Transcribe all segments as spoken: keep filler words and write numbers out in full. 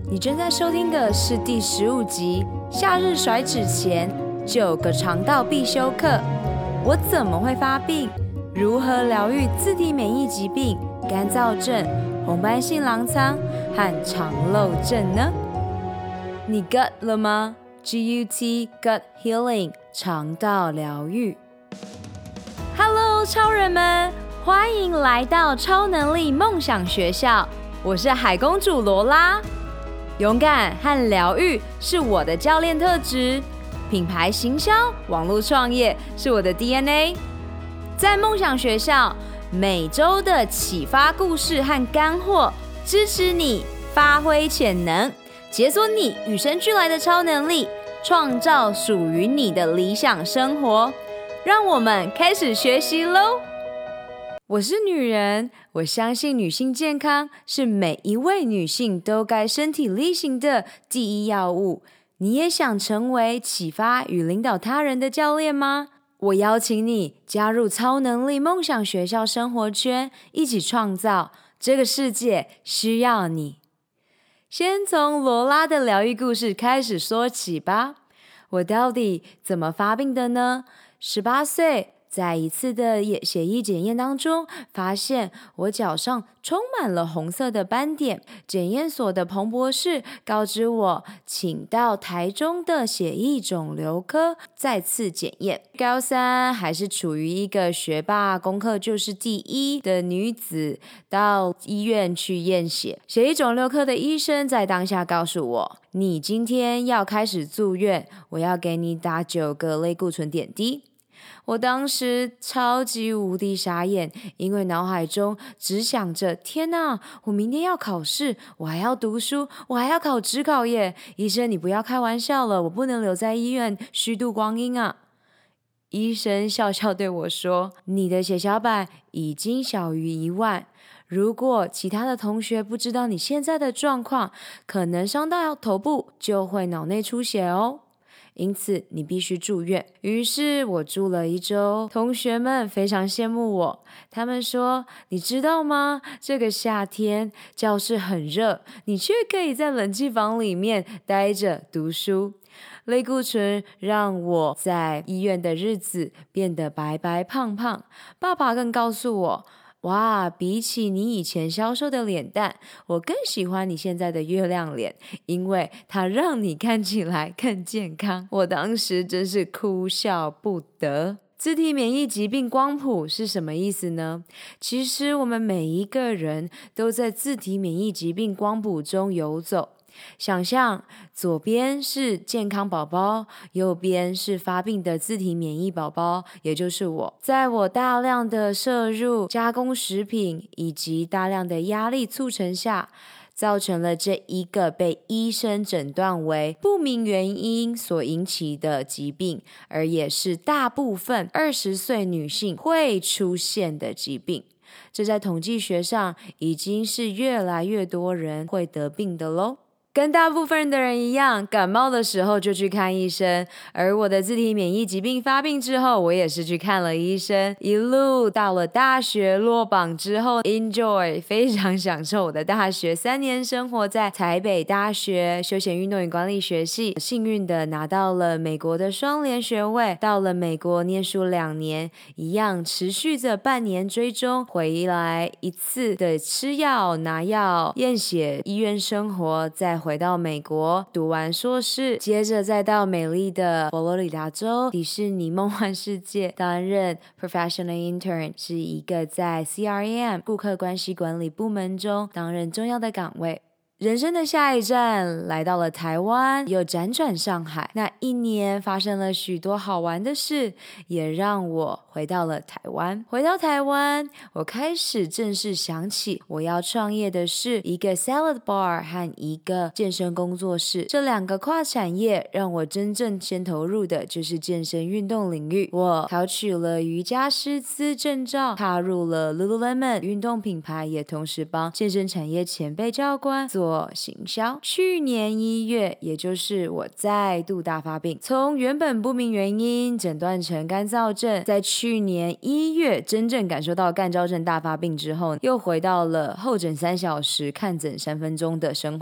你正在收听的是第十五集《夏日甩脂前九个肠道必修课》。我怎么会发病？如何疗愈自体免疫疾病、干燥症、红斑性狼疮和肠漏症呢？你 gut 了吗？ G U T Gut Healing 肠道疗愈。Hello， 超人们，欢迎来到超能力梦想学校。我是海公主罗拉。勇敢和疗愈是我的教练特质，品牌行销、网络创业是我的 D N A。 在梦想学校，每周的启发故事和干货，支持你发挥潜能，解锁你与生俱来的超能力，创造属于你的理想生活。让我们开始学习咯。我是女人，我相信女性健康是每一位女性都该身体力行的第一要务。你也想成为启发与领导他人的教练吗？我邀请你加入超能力梦想学校生活圈，一起创造这个世界需要你。先从罗拉的疗愈故事开始说起吧。我到底怎么发病的呢？十八岁在一次的血液检验当中，发现我脚上充满了红色的斑点。检验所的彭博士告知我，请到台中的血液肿瘤科再次检验。高三还是处于一个学霸，功课就是第一的女子，到医院去验血。血液肿瘤科的医生在当下告诉我，你今天要开始住院，我要给你打九个类固醇点滴。我当时超级无敌傻眼，因为脑海中只想着天哪，我明天要考试，我还要读书，我还要考指考耶！医生，你不要开玩笑了，我不能留在医院虚度光阴啊！医生笑笑对我说，你的血小板已经小于一万，如果其他的同学不知道你现在的状况，可能伤到头部就会脑内出血哦。因此你必须住院。于是我住了一周，同学们非常羡慕我，他们说，你知道吗？这个夏天教室很热，你却可以在冷气房里面待着读书。类固醇让我在医院的日子变得白白胖胖。爸爸更告诉我，哇，比起你以前消瘦的脸蛋，我更喜欢你现在的月亮脸，因为它让你看起来更健康。我当时真是哭笑不得。自体免疫疾病光谱是什么意思呢？其实我们每一个人都在自体免疫疾病光谱中游走。想象左边是健康宝宝，右边是发病的自体免疫宝宝，也就是我。在我大量的摄入加工食品以及大量的压力促成下，造成了这一个被医生诊断为不明原因所引起的疾病，而也是大部分二十岁女性会出现的疾病。这在统计学上已经是越来越多人会得病的咯。跟大部分的人一样，感冒的时候就去看医生，而我的自体免疫疾病发病之后，我也是去看了医生，一路到了大学落榜之后 enjoy 非常享受我的大学三年生活在台北大学休闲运动与管理学系，幸运的拿到了美国的双联学位，到了美国念书两年，一样持续着半年追踪，回来一次的吃药拿药验血医院生活，再回到美国读完硕士，接着再到美丽的佛罗里达州迪士尼梦幻世界担任 professional intern， 是一个在 C R M 顾客关系管理部门中担任重要的岗位。人生的下一站来到了台湾，又辗转上海。那一年发生了许多好玩的事，也让我回到了台湾。回到台湾，我开始正式想起我要创业的是一个 salad bar 和一个健身工作室。这两个跨产业让我真正先投入的就是健身运动领域。我考取了瑜伽师资证照，踏入了 Lululemon 运动品牌，也同时帮健身产业前辈教官做行销。去年一月，也就是我再度大发病，从原本不明原因诊断成干燥症，在去年一月真正感受到干燥症大发病之后，又回到了候诊三小时看诊三分钟的生活。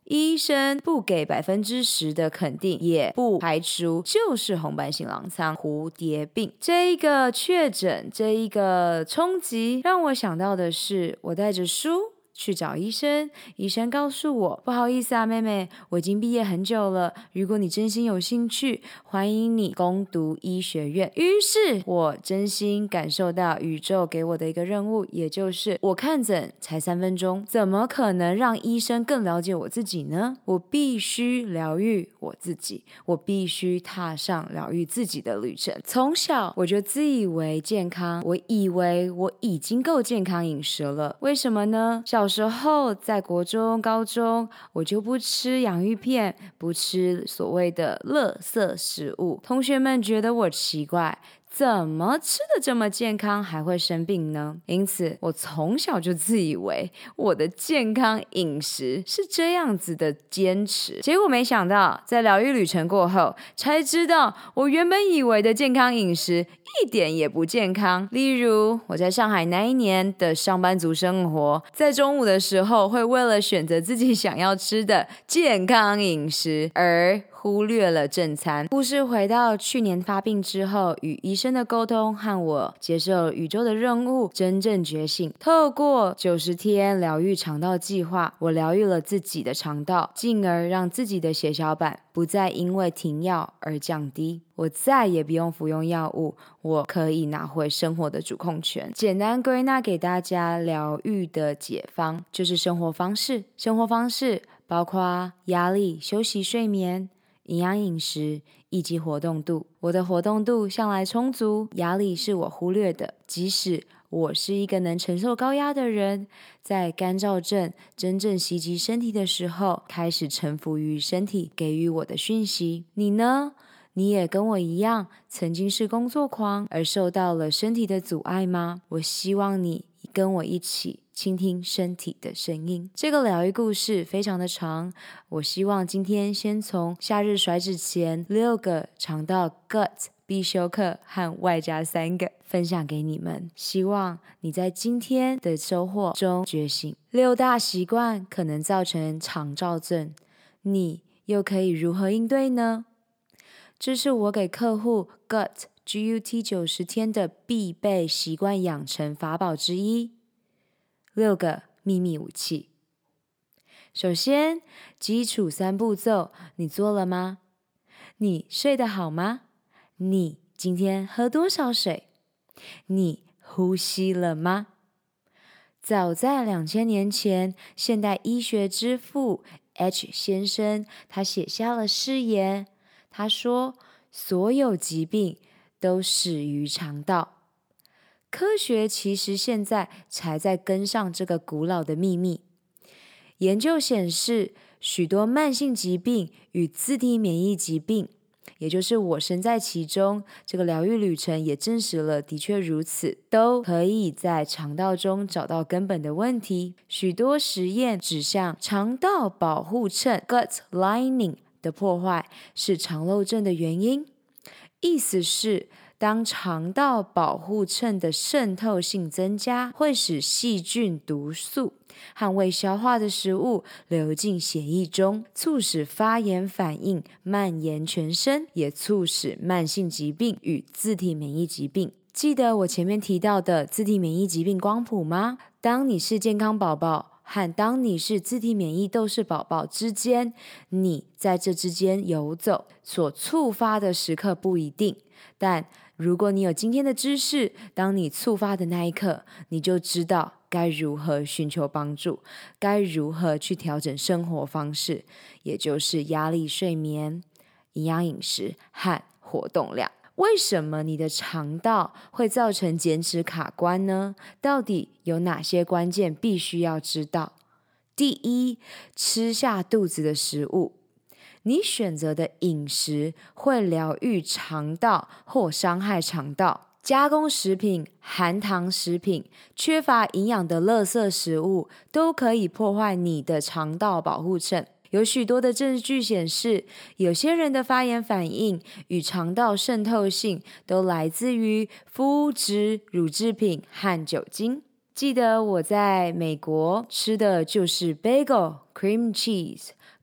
医生不给百分之十的肯定，也不排除就是红斑性狼疮蝴蝶病。这一个确诊，这一个冲击，让我想到的是，我带着书去找医生，医生告诉我，不好意思啊妹妹，我已经毕业很久了，如果你真心有兴趣，欢迎你攻读医学院。于是我真心感受到宇宙给我的一个任务，也就是我看诊才三分钟，怎么可能让医生更了解我自己呢？我必须疗愈我自己，我必须踏上疗愈自己的旅程。从小我就自以为健康，我以为我已经够健康饮食了，为什么呢？小时候在国中、高中，我就不吃洋芋片，不吃所谓的垃圾食物。同学们觉得我奇怪，怎么吃的这么健康还会生病呢？因此我从小就自以为我的健康饮食是这样子的坚持，结果没想到在疗愈旅程过后才知道，我原本以为的健康饮食一点也不健康。例如我在上海那一年的上班族生活，在中午的时候会为了选择自己想要吃的健康饮食而忽略了正餐。故事回到去年发病之后，与医生的沟通和我接受宇宙的任务，真正觉醒。透过九十天疗愈肠道计划，我疗愈了自己的肠道，进而让自己的血小板不再因为停药而降低。我再也不用服用药物，我可以拿回生活的主控权。简单归纳给大家疗愈的解方，就是生活方式。生活方式包括压力、休息、睡眠、营养饮食以及活动度。我的活动度向来充足，压力是我忽略的。即使我是一个能承受高压的人，在干燥症真正袭击身体的时候，开始臣服于身体给予我的讯息。你呢？你也跟我一样，曾经是工作狂，而受到了身体的阻碍吗？我希望你跟我一起倾听身体的声音。这个疗愈故事非常的长，我希望今天先从夏日甩脂前六个肠道 gut 必修课和外加三个分享给你们，希望你在今天的收获中觉醒。六大习惯可能造成肠燥症，你又可以如何应对呢？这是我给客户 gut G U T 九十天的必备习惯养成法宝之一，六个秘密武器。首先，基础三步骤，你做了吗？你睡得好吗？你今天喝多少水？你呼吸了吗？早在两千年前，现代医学之父 H 先生，他写下了誓言。他说，所有疾病都始于肠道。科学其实现在才在跟上这个古老的秘密。研究显示，许多慢性疾病与自体免疫疾病，也就是我身在其中，这个疗愈旅程也证实了的确如此，都可以在肠道中找到根本的问题。许多实验指向肠道保护衬 gut lining 的破坏是肠漏症的原因，意思是当肠道保护衬的渗透性增加，会使细菌、毒素和未消化的食物流进血液中，促使发炎反应蔓延全身，也促使慢性疾病与自体免疫疾病。记得我前面提到的自体免疫疾病光谱吗？当你是健康宝宝和当你是自体免疫斗士宝宝之间，你在这之间游走，所触发的时刻不一定，但如果你有今天的知识，当你触发的那一刻，你就知道该如何寻求帮助，该如何去调整生活方式，也就是压力、睡眠、营养饮食和活动量。为什么你的肠道会造成减脂卡关呢？到底有哪些关键必须要知道？第一，吃下肚子的食物。你选择的饮食会疗愈肠道或伤害肠道。加工食品、含糖食品、缺乏营养的垃圾食物都可以破坏你的肠道保护衬。有许多的证据显示，有些人的发炎反应与肠道渗透性都来自于麸质、乳制品和酒精。记得我在美国吃的就是 bagel、cream cheese、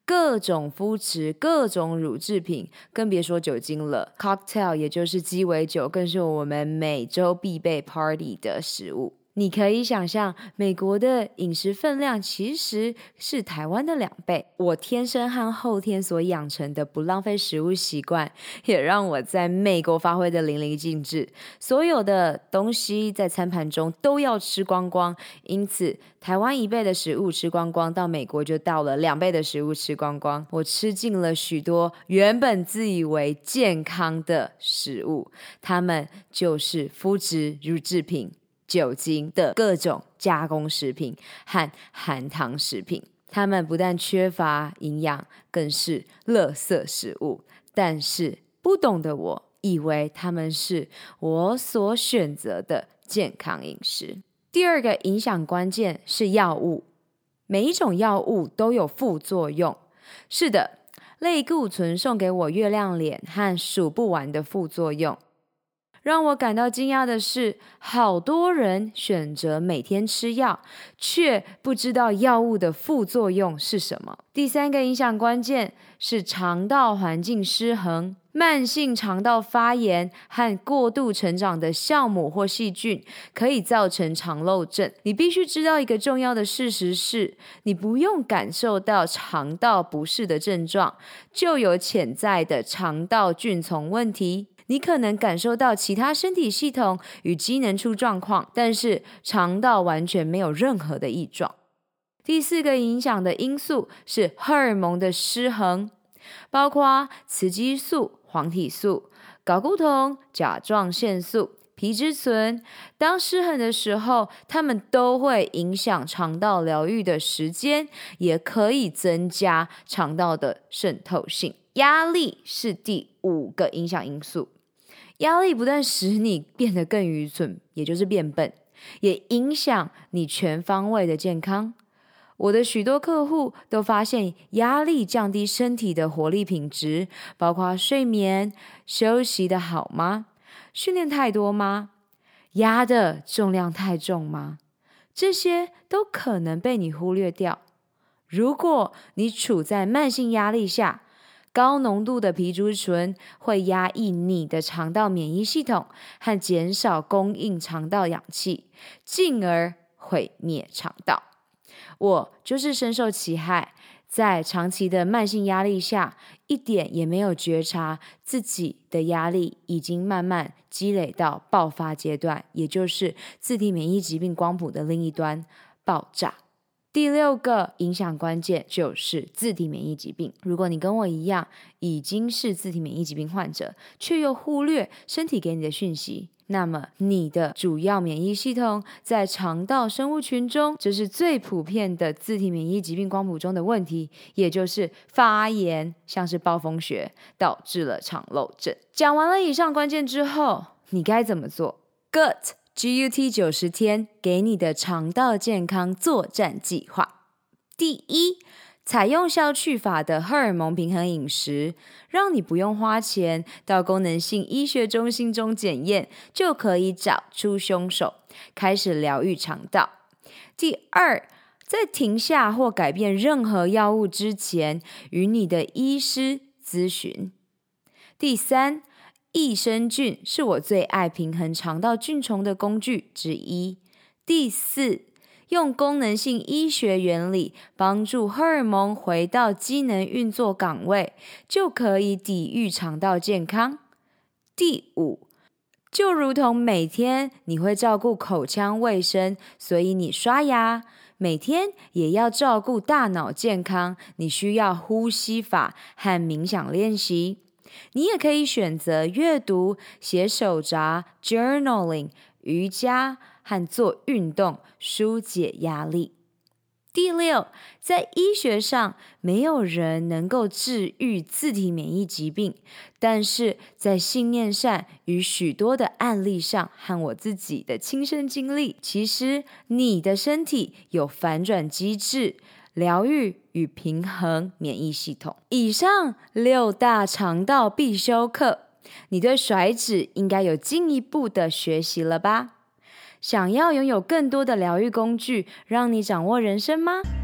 各种麸质、各种乳制品，更别说酒精了。Cocktail 也就是鸡尾酒，更是我们每周必备 party 的食物。你可以想象，美国的饮食分量其实是台湾的两倍。我天生和后天所养成的不浪费食物习惯，也让我在美国发挥的淋漓尽致。所有的东西在餐盘中都要吃光光，因此台湾一倍的食物吃光光，到美国就到了两倍的食物吃光光。我吃进了许多原本自以为健康的食物，它们就是麸质、乳制品、酒精的各种加工食品和含糖食品，它们不但缺乏营养，更是垃圾食物。但是不懂的我以为它们是我所选择的健康饮食。第二个影响关键是药物，每一种药物都有副作用。是的，类固醇送给我月亮脸和数不完的副作用。让我感到惊讶的是，好多人选择每天吃药，却不知道药物的副作用是什么。第三个影响关键是肠道环境失衡。慢性肠道发炎和过度成长的酵母或细菌可以造成肠漏症。你必须知道一个重要的事实是，你不用感受到肠道不适的症状，就有潜在的肠道菌丛问题。你可能感受到其他身体系统与机能出状况，但是肠道完全没有任何的异状。第四个影响的因素是荷尔蒙的失衡，包括雌激素、黄体素、睾固酮、甲状腺素、皮质醇。当失衡的时候，它们都会影响肠道疗愈的时间，也可以增加肠道的渗透性。压力是第五个影响因素。压力不但使你变得更愚蠢，也就是变笨，也影响你全方位的健康。我的许多客户都发现压力降低身体的活力品质，包括睡眠、休息的好吗？训练太多吗？压的重量太重吗？这些都可能被你忽略掉。如果你处在慢性压力下，高浓度的皮质醇会压抑你的肠道免疫系统和减少供应肠道氧气，进而毁灭肠道。我就是深受其害，在长期的慢性压力下，一点也没有觉察自己的压力已经慢慢积累到爆发阶段，也就是自体免疫疾病光谱的另一端爆炸。第六个影响关键就是自体免疫疾病。如果你跟我一样已经是自体免疫疾病患者，却又忽略身体给你的讯息，那么你的主要免疫系统在肠道生物群中，这是最普遍的自体免疫疾病光谱中的问题，也就是发炎，像是暴风雪，导致了肠漏症。讲完了以上关键之后，你该怎么做？ Gut G U T 九十天给你的肠道健康作战计划。第一，采用消去法的荷尔蒙平衡饮食，让你不用花钱到功能性医学中心中检验，就可以找出凶手，开始疗愈肠道。第二，在停下或改变任何药物之前，与你的医师咨询。第三，益生菌是我最爱平衡肠道菌虫的工具之一。第四，用功能性医学原理帮助荷尔蒙回到机能运作岗位，就可以抵御肠道健康。第五，就如同每天你会照顾口腔卫生，所以你刷牙，每天也要照顾大脑健康，你需要呼吸法和冥想练习。你也可以选择阅读、写手札 journaling、 瑜伽和做运动疏解压力。第六，在医学上没有人能够治愈自体免疫疾病，但是在信念上与许多的案例上和我自己的亲身经历，其实你的身体有反转机制，疗愈与平衡免疫系统。以上六大肠道必修课，你对甩脂应该有进一步的学习了吧？想要拥有更多的疗愈工具，让你掌握人生吗？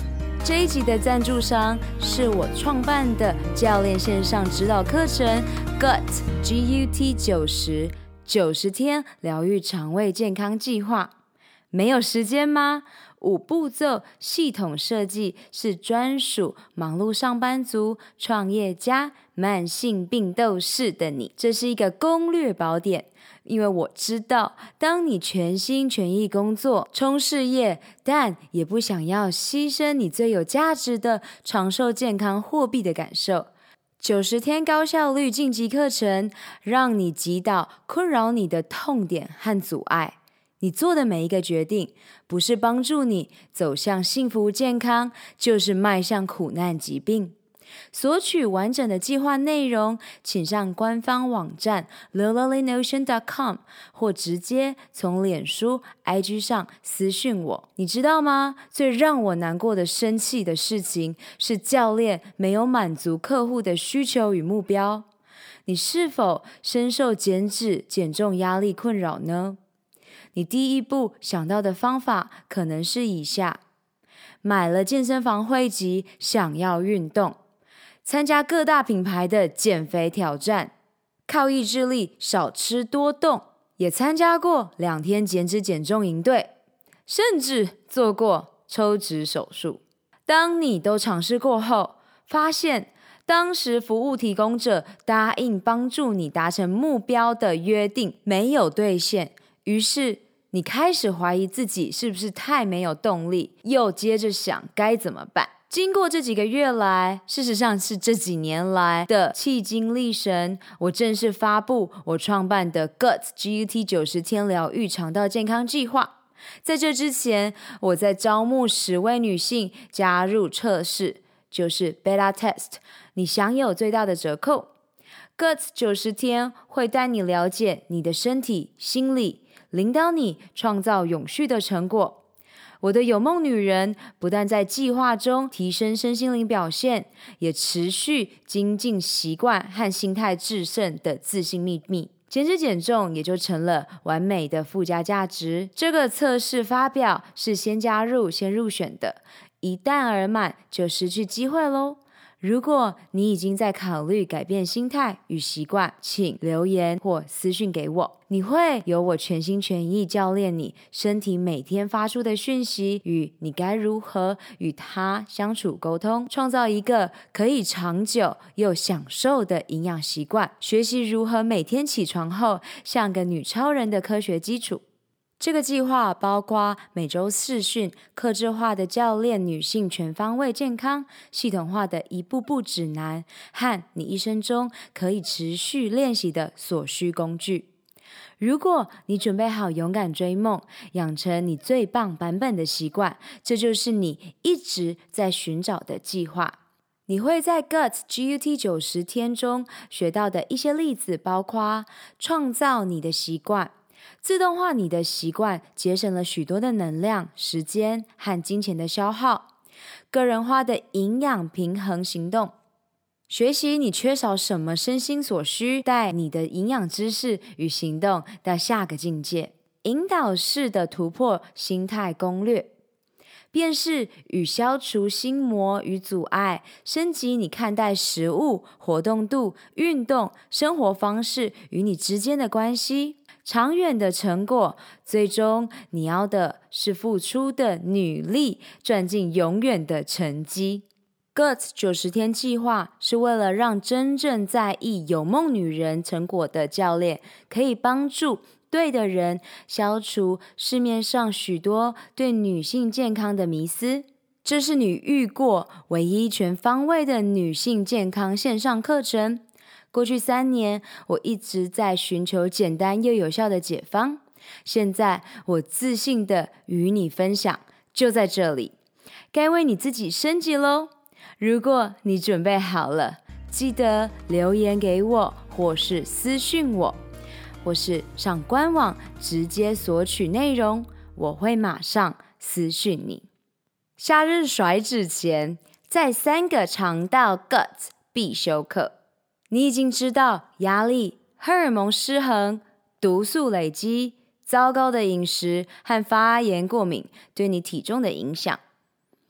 这一集的赞助商是我创办的教练线上指导课程 G U T G U T 九十九十天疗愈肠胃健康计划。没有时间吗？五步骤系统设计是专属忙碌上班族、创业家、慢性病斗士的你。这是一个攻略宝典，因为我知道，当你全心全意工作、冲事业，但也不想要牺牲你最有价值的长寿健康货币的感受。九十天高效率晋级课程，让你击倒困扰你的痛点和阻碍。你做的每一个决定，不是帮助你走向幸福健康，就是迈向苦难疾病。索取完整的计划内容，请上官方网站 lowlolly notion dot com 或直接从脸书 I G 上私讯我。你知道吗？最让我难过的生气的事情是教练没有满足客户的需求与目标。你是否深受减脂减重压力困扰呢？你第一步想到的方法可能是以下：买了健身房会籍，想要运动，参加各大品牌的减肥挑战，靠意志力少吃多动，也参加过两天减脂减重营队，甚至做过抽脂手术。当你都尝试过后，发现当时服务提供者答应帮助你达成目标的约定没有兑现，于是你开始怀疑自己是不是太没有动力，又接着想该怎么办。经过这几个月来，事实上是这几年来的迄经历神，我正式发布我创办的 G U T G U T 九十天疗愈肠道健康计划。在这之前，我在招募十位女性加入测试，就是 Beta Test， 你享有最大的折扣。G U T 九十天会带你了解你的身体、心理，领导你创造永续的成果。我的有梦女人不但在计划中提升身心灵表现，也持续精进习惯和心态制胜的自信秘密。减脂减重也就成了完美的附加价值。这个测试发表是先加入先入选的，一旦而满就失去机会咯。如果你已经在考虑改变心态与习惯，请留言或私讯给我。你会有我全心全意教练你身体每天发出的讯息，与你该如何与它相处沟通，创造一个可以长久又享受的营养习惯，学习如何每天起床后像个女超人的科学基础。这个计划包括每周视讯、客制化的教练女性全方位健康、系统化的一步步指南和你一生中可以持续练习的所需工具。如果你准备好勇敢追梦，养成你最棒版本的习惯，这就是你一直在寻找的计划。你会在 G U T G U T 九十天中学到的一些例子包括创造你的习惯，自动化你的习惯，节省了许多的能量、时间和金钱的消耗。个人化的营养平衡行动，学习你缺少什么身心所需，带你的营养知识与行动到下个境界。引导式的突破心态攻略，辨识与消除心魔与阻碍，升级你看待食物、活动度、运动、生活方式与你之间的关系。长远的成果，最终你要的是付出的努力，赚进永远的成绩。G U T 九十天计划是为了让真正在意有梦女人成果的教练，可以帮助对的人消除市面上许多对女性健康的迷思。这是你遇过唯一全方位的女性健康线上课程。过去三年，我一直在寻求简单又有效的解方。现在，我自信的与你分享，就在这里。该为你自己升级咯。如果你准备好了，记得留言给我，或是私讯我，或是上官网直接索取内容，我会马上私讯你。夏日甩脂前，再三个肠道 G U T 必修课。你已经知道压力、荷尔蒙失衡、毒素累积、糟糕的饮食和发炎过敏对你体重的影响。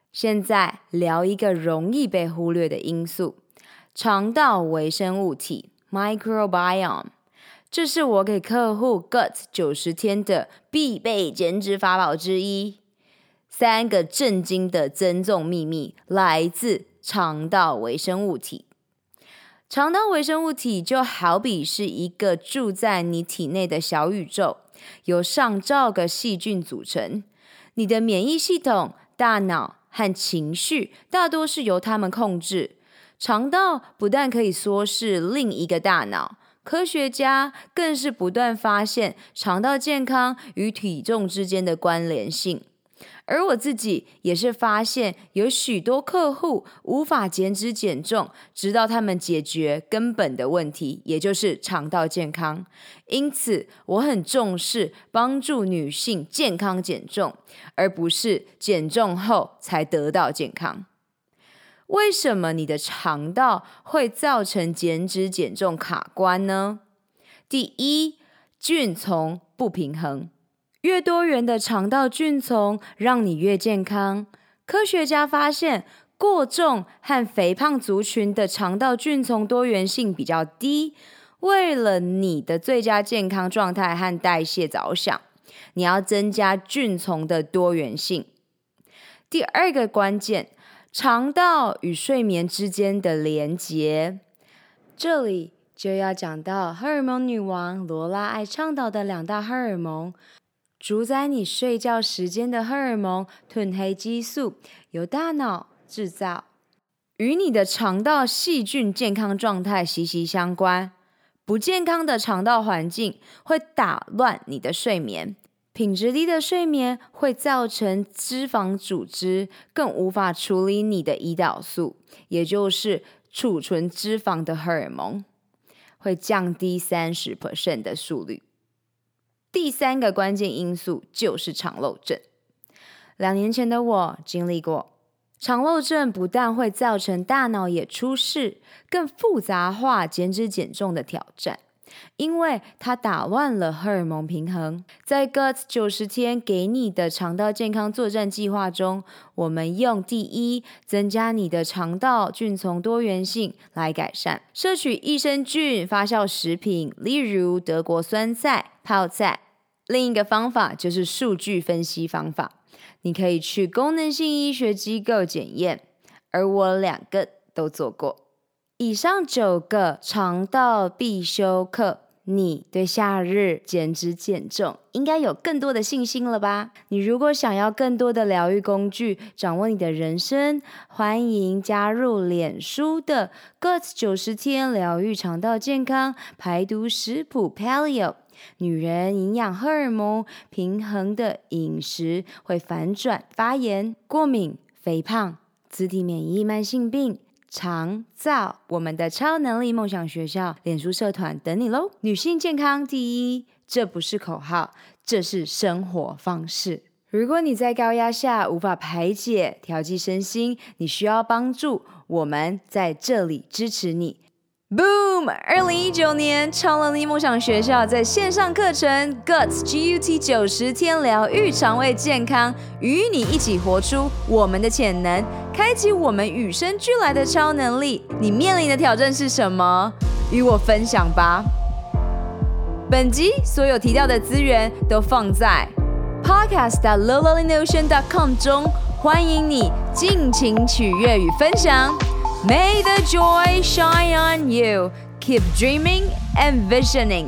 现在聊一个容易被忽略的因素，肠道微生物体 microbiome。 这是我给客户 G U T 九十天的必备减脂法宝之一。三个震惊的增重秘密来自肠道微生物体。肠道微生物体就好比是一个住在你体内的小宇宙，由上兆个细菌组成。你的免疫系统、大脑和情绪大多是由它们控制。肠道不但可以说是另一个大脑，科学家更是不断发现肠道健康与体重之间的关联性。而我自己也是发现有许多客户无法减脂减重，直到他们解决根本的问题，也就是肠道健康。因此我很重视帮助女性健康减重，而不是减重后才得到健康。为什么你的肠道会造成减脂减重卡关呢？第一，菌丛不平衡。越多元的肠道菌丛让你越健康。科学家发现，过重和肥胖族群的肠道菌丛多元性比较低。为了你的最佳健康状态和代谢着想，你要增加菌丛的多元性。第二个关键，肠道与睡眠之间的连结。这里就要讲到荷尔蒙女王罗拉爱倡导的两大荷尔蒙。主宰你睡觉时间的荷尔蒙褪黑激素由大脑制造，与你的肠道细菌健康状态息息相关。不健康的肠道环境会打乱你的睡眠，品质低的睡眠会造成脂肪组织更无法处理你的胰岛素，也就是储存脂肪的荷尔蒙，会降低 百分之三十 的速率。第三个关键因素就是肠漏症。两年前的我经历过。肠漏症不但会造成大脑也出事，更复杂化减脂减重的挑战，因为它打乱了荷尔蒙平衡。在 G U T 九十天给你的肠道健康作战计划中，我们用第一，增加你的肠道菌丛多元性来改善，摄取益生菌发酵食品，例如德国酸菜、泡菜。另一个方法就是数据分析方法，你可以去功能性医学机构检验，而我两个都做过。以上九个肠道必修课，你对夏日减脂减重应该有更多的信心了吧？你如果想要更多的疗愈工具，掌握你的人生，欢迎加入脸书的 G U T 九十天疗愈肠道健康排毒食谱 Paleo。女人营养荷尔蒙平衡的饮食会反转发炎、过敏、肥胖、自体免疫慢性病、肠燥。我们的超能力梦想学校脸书社团等你咯。女性健康第一，这不是口号，这是生活方式。如果你在高压下无法排解、调剂身心，你需要帮助，我们在这里支持你。Boom！ 二零一九年超能力梦想学校在线上课程 G U T G U T 九十天疗愈肠胃健康，与你一起活出我们的潜能，开启我们与生俱来的超能力。你面临的挑战是什么？与我分享吧。本集所有提到的资源都放在 podcast dot low lolly notion dot com 中，欢迎你尽情取悦与分享。May the joy shine on you. Keep dreaming and visioning.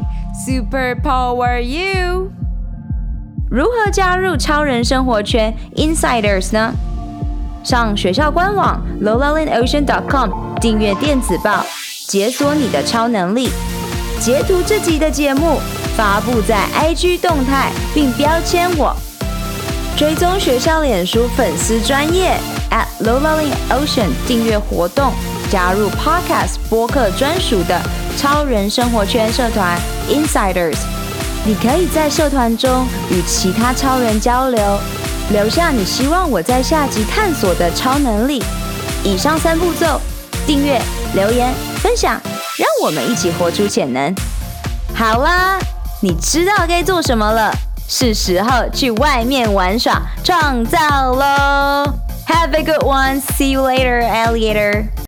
Superpower you. 如何加入超人生活圈 Insiders 呢？上学校官网 low lolly notion dot com 订阅电子报，解锁你的超能力。截图这集的节目，发布在 I G 动态，并标签我。追踪学校脸书粉丝专页 at low lolly ocean 订阅活动，加入 Podcast 播客专属的超人生活圈社团 Insiders。你可以在社团中与其他超人交流，留下你希望我在下集探索的超能力。以上三步骤：订阅、留言、分享，让我们一起活出潜能。好啦，你知道该做什么了，是时候去外面玩耍创造咯。 Have a good one. See you later, alligator.